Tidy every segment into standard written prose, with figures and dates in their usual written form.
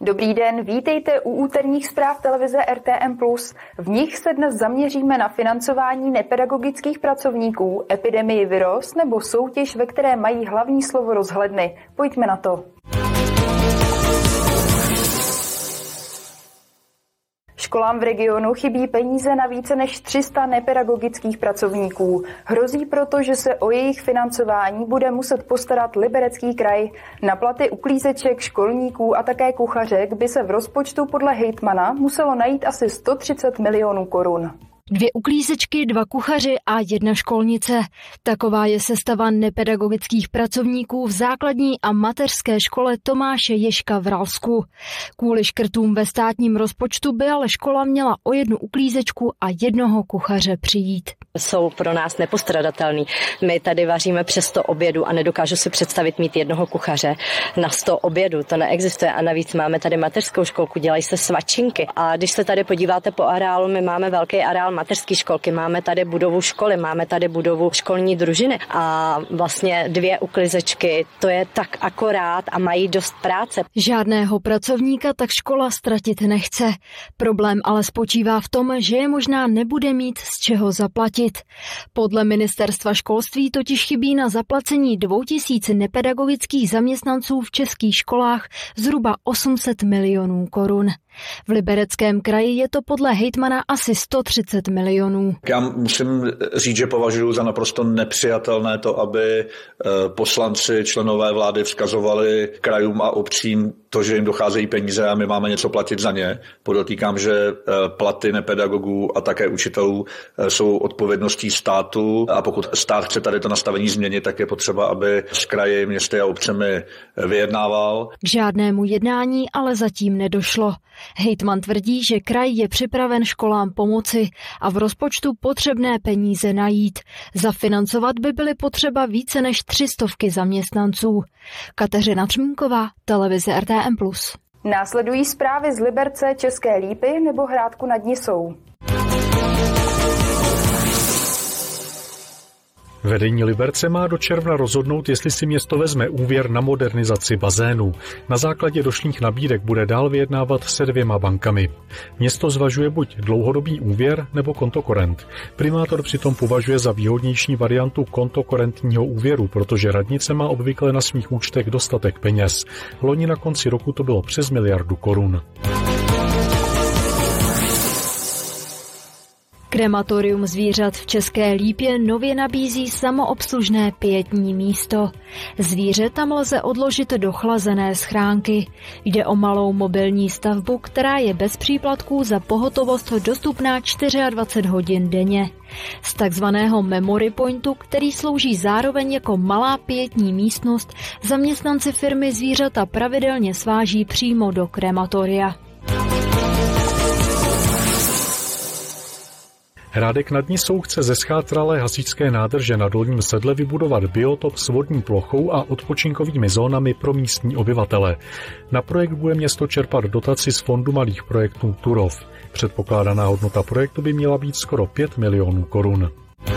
Dobrý den, vítejte u úterních zpráv televize RTM+. V nich se dnes zaměříme na financování nepedagogických pracovníků, epidemii viróz nebo soutěž, ve které mají hlavní slovo rozhledny. Pojďme na to. Školám v regionu chybí peníze na více než 300 nepedagogických pracovníků. Hrozí proto, že se o jejich financování bude muset postarat Liberecký kraj. Na platy uklízeček, školníků a také kuchařek by se v rozpočtu podle hejtmana muselo najít asi 130 milionů korun. 2 uklízečky, 2 kuchaři a 1 školnice. Taková je sestava nepedagogických pracovníků v základní a mateřské škole Tomáše Ježka v Ralsku. Kvůli škrtům ve státním rozpočtu by ale škola měla o 1 uklízečku a 1 kuchaře přijít. Jsou pro nás nepostradatelný. My tady vaříme přes 100 obědů a nedokážu si představit mít 1 kuchaře na 100 obědů. To neexistuje a navíc máme tady mateřskou školku, dělají se svačinky. A když se tady podíváte po areálu, my máme velký areál mateřské školky, máme tady budovu školy, máme tady budovu školní družiny a vlastně 2 uklizečky, to je tak akorát a mají dost práce. Žádného pracovníka tak škola ztratit nechce. Problém ale spočívá v tom, že je možná nebude mít z čeho zaplatit. Podle ministerstva školství totiž chybí na zaplacení 2000 nepedagogických zaměstnanců v českých školách zhruba 800 milionů korun. V Libereckém kraji je to podle hejtmana asi 130 milionů. Já musím říct, že považuji za naprosto nepřijatelné to, aby poslanci, členové vlády vzkazovali krajům a obcím to, že jim docházejí peníze a my máme něco platit za ně. Podotýkám, že platy nepedagogů a také učitelů jsou odpovědností státu a pokud stát chce tady to nastavení změnit, tak je potřeba, aby s kraji, městy a obcemi vyjednával. K žádnému jednání ale zatím nedošlo. Hejtman tvrdí, že kraj je připraven školám pomoci a v rozpočtu potřebné peníze najít. Zafinancovat by byly potřeba více než 300 zaměstnanců. Kateřina Třmínková, televize RTM+. Následují zprávy z Liberce, České Lípy nebo Hrádku nad Nisou. Vedení Liberce má do června rozhodnout, jestli si město vezme úvěr na modernizaci bazénů. Na základě došlých nabídek bude dál vyjednávat se 2 bankami. Město zvažuje buď dlouhodobý úvěr nebo kontokorent. Primátor přitom považuje za výhodnější variantu kontokorentního úvěru, protože radnice má obvykle na svých účtech dostatek peněz. Loni na konci roku to bylo přes 1 miliardu korun. Krematorium zvířat v České Lípě nově nabízí samoobslužné pietní místo. Zvíře tam lze odložit do chlazené schránky. Jde o malou mobilní stavbu, která je bez příplatků za pohotovost dostupná 24 hodin denně. Z takzvaného memory pointu, který slouží zároveň jako malá pietní místnost, zaměstnanci firmy zvířata pravidelně sváží přímo do krematoria. Hrádek nad Nisou chce ze schátralé hasičské nádrže na Dolním Sedle vybudovat biotop s vodní plochou a odpočinkovými zónami pro místní obyvatele. Na projekt bude město čerpat dotaci z Fondu malých projektů Turów. Předpokládaná hodnota projektu by měla být skoro 5 milionů korun.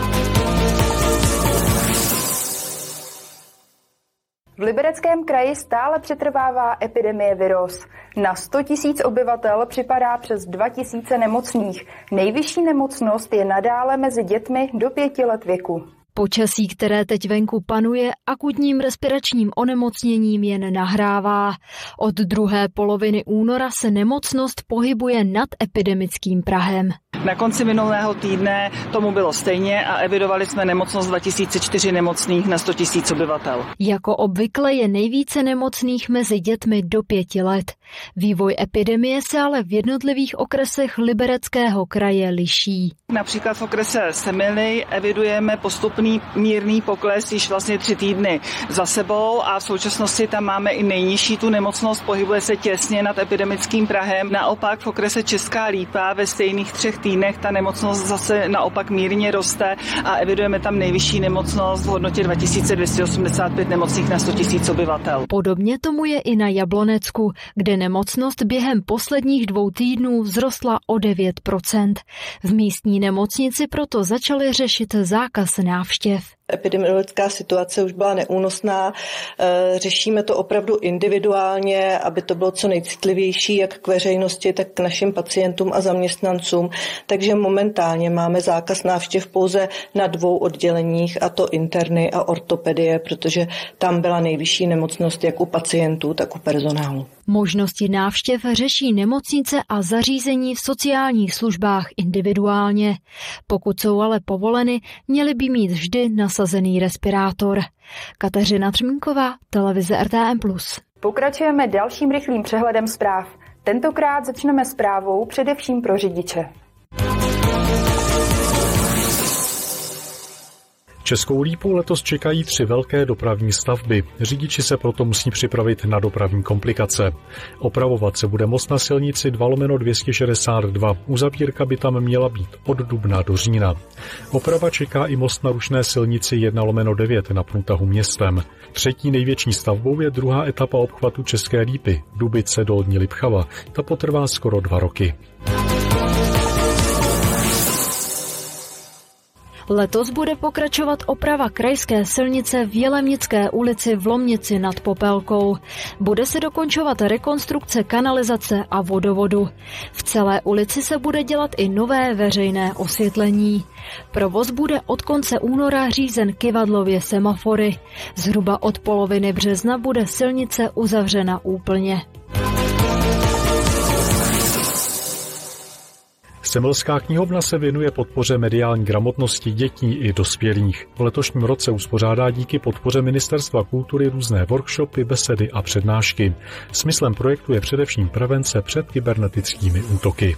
V Libereckém kraji stále přetrvává epidemie viróz. Na 100 000 obyvatel připadá přes 2000 nemocných. Nejvyšší nemocnost je nadále mezi dětmi do 5 let věku. Počasí, které teď venku panuje, akutním respiračním onemocněním jen nahrává. Od druhé poloviny února se nemocnost pohybuje nad epidemickým prahem. Na konci minulého týdne tomu bylo stejně a evidovali jsme nemocnost 2004 nemocných na 100 000 obyvatel. Jako obvykle je nejvíce nemocných mezi dětmi do 5 let. Vývoj epidemie se ale v jednotlivých okresech Libereckého kraje liší. Například v okrese Semily evidujeme postupný mírný pokles již vlastně 3 týdny za sebou a v současnosti tam máme i nejnižší tu nemocnost, pohybuje se těsně nad epidemickým prahem. Naopak v okrese Česká Lípa ve stejných 3 týdnech ta nemocnost zase naopak mírně roste a evidujeme tam nejvyšší nemocnost v hodnotě 2285 nemocných na 100 000 obyvatel. Podobně tomu je i na Jablonecku, kde nemocnost během posledních 2 týdnů vzrostla o 9%. V místní nemocnici proto začali řešit zákaz návštěv. Epidemiologická situace už byla neúnosná. Řešíme to opravdu individuálně, aby to bylo co nejcitlivější jak k veřejnosti, tak k našim pacientům a zaměstnancům. Takže momentálně máme zákaz návštěv pouze na 2 odděleních, a to interny a ortopedie, protože tam byla nejvyšší nemocnost jak u pacientů, tak u personálu. Možnosti návštěv řeší nemocnice a zařízení v sociálních službách individuálně. Pokud jsou ale povoleny, měly by mít vždy nasazený respirátor. Kateřina Třmínková, televize RTM+. Pokračujeme dalším rychlým přehledem zpráv. Tentokrát začneme zprávou především pro řidiče. Českou Lípu letos čekají 3 velké dopravní stavby. Řidiči se proto musí připravit na dopravní komplikace. Opravovat se bude most na silnici 2/262. Uzavírka by tam měla být od dubna do října. Oprava čeká i most na rušné silnici 1/9 na průtahu městem. Třetí největší stavbou je druhá etapa obchvatu České Lípy, Dubice Dolní Lipchava. Ta potrvá skoro 2 roky. Letos bude pokračovat oprava krajské silnice v Jelemnické ulici v Lomnici nad Popelkou. Bude se dokončovat rekonstrukce kanalizace a vodovodu. V celé ulici se bude dělat i nové veřejné osvětlení. Provoz bude od konce února řízen kyvadlově semafory. Zhruba od poloviny března bude silnice uzavřena úplně. Semilská knihovna se věnuje podpoře mediální gramotnosti dětí i dospělých. V letošním roce uspořádá díky podpoře Ministerstva kultury různé workshopy, besedy a přednášky. Smyslem projektu je především prevence před kybernetickými útoky.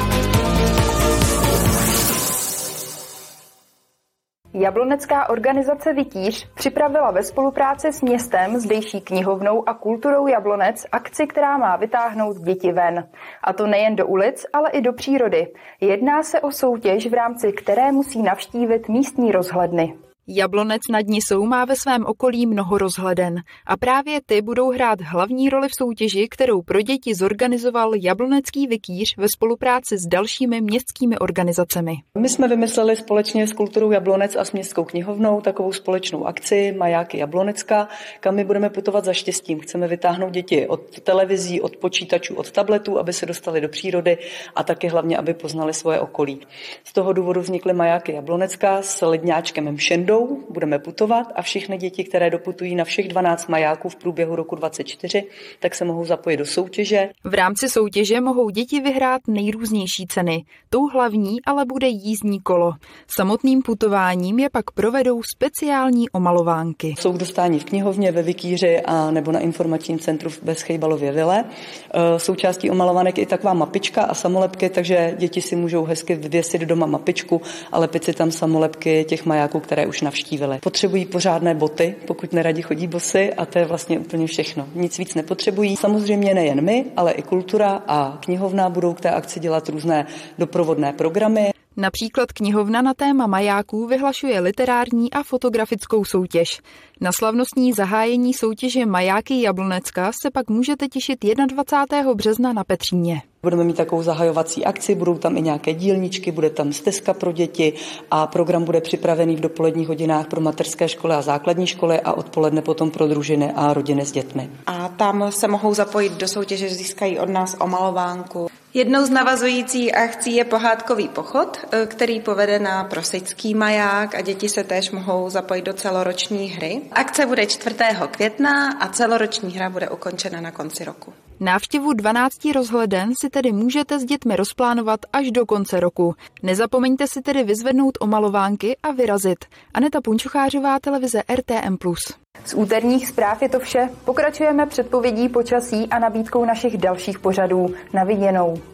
Jablonecká organizace Vikíř připravila ve spolupráci s městem, zdejší knihovnou a kulturou Jablonec akci, která má vytáhnout děti ven. A to nejen do ulic, ale i do přírody. Jedná se o soutěž, v rámci které musí navštívit místní rozhledny. Jablonec nad Nisou má ve svém okolí mnoho rozhleden a právě ty budou hrát hlavní roli v soutěži, kterou pro děti zorganizoval Jablonecký Vikíř ve spolupráci s dalšími městskými organizacemi. My jsme vymysleli společně s Kulturou Jablonec a s Městskou knihovnou takovou společnou akci Majáky Jablonecka, kam my budeme putovat za štěstím. Chceme vytáhnout děti od televizí, od počítačů, od tabletů, aby se dostali do přírody a taky hlavně, aby poznali svoje okolí. Z toho důvodu vznikly Majáky Jablonecka s ledňáčkem Mšendou. Budeme putovat a všechny děti, které doputují na všech 12 majáků v průběhu roku 2024, tak se mohou zapojit do soutěže. V rámci soutěže mohou děti vyhrát nejrůznější ceny. Tou hlavní ale bude jízdní kolo. Samotným putováním je pak provedou speciální omalovánky. Jsou k dostání v knihovně, ve Vikíři a nebo na informačním centru ve Schejbalově vile. Součástí omalovanek je i taková mapička a samolepky, takže děti si můžou hezky vyvěsit doma mapičku a lepit si tam samolepky těch majáků, které už navštívili. Potřebují pořádné boty, pokud neradi chodí bosy, a to je vlastně úplně všechno. Nic víc nepotřebují. Samozřejmě nejen my, ale i kultura a knihovna budou k té akci dělat různé doprovodné programy. Například knihovna na téma majáků vyhlašuje literární a fotografickou soutěž. Na slavnostní zahájení soutěže Majáky Jablonecka se pak můžete těšit 21. března na Petříně. Budeme mít takovou zahajovací akci, budou tam i nějaké dílničky, bude tam stezka pro děti a program bude připravený v dopoledních hodinách pro mateřské školy a základní školy a odpoledne potom pro družiny a rodiny s dětmi. A tam se mohou zapojit do soutěže, získají od nás omalovánku. Jednou z navazujících akcí je pohádkový pochod, který povede na Prosický maják a děti se též mohou zapojit do celoroční hry. Akce bude 4. května a celoroční hra bude ukončena na konci roku. Návštěvu 12 rozhleden si tedy můžete s dětmi rozplánovat až do konce roku. Nezapomeňte si tedy vyzvednout omalovánky a vyrazit. Aneta Punčuchářová, televize RTM+. Z úterních zpráv je to vše. Pokračujeme předpovědí počasí a nabídkou našich dalších pořadů. Na viděnou.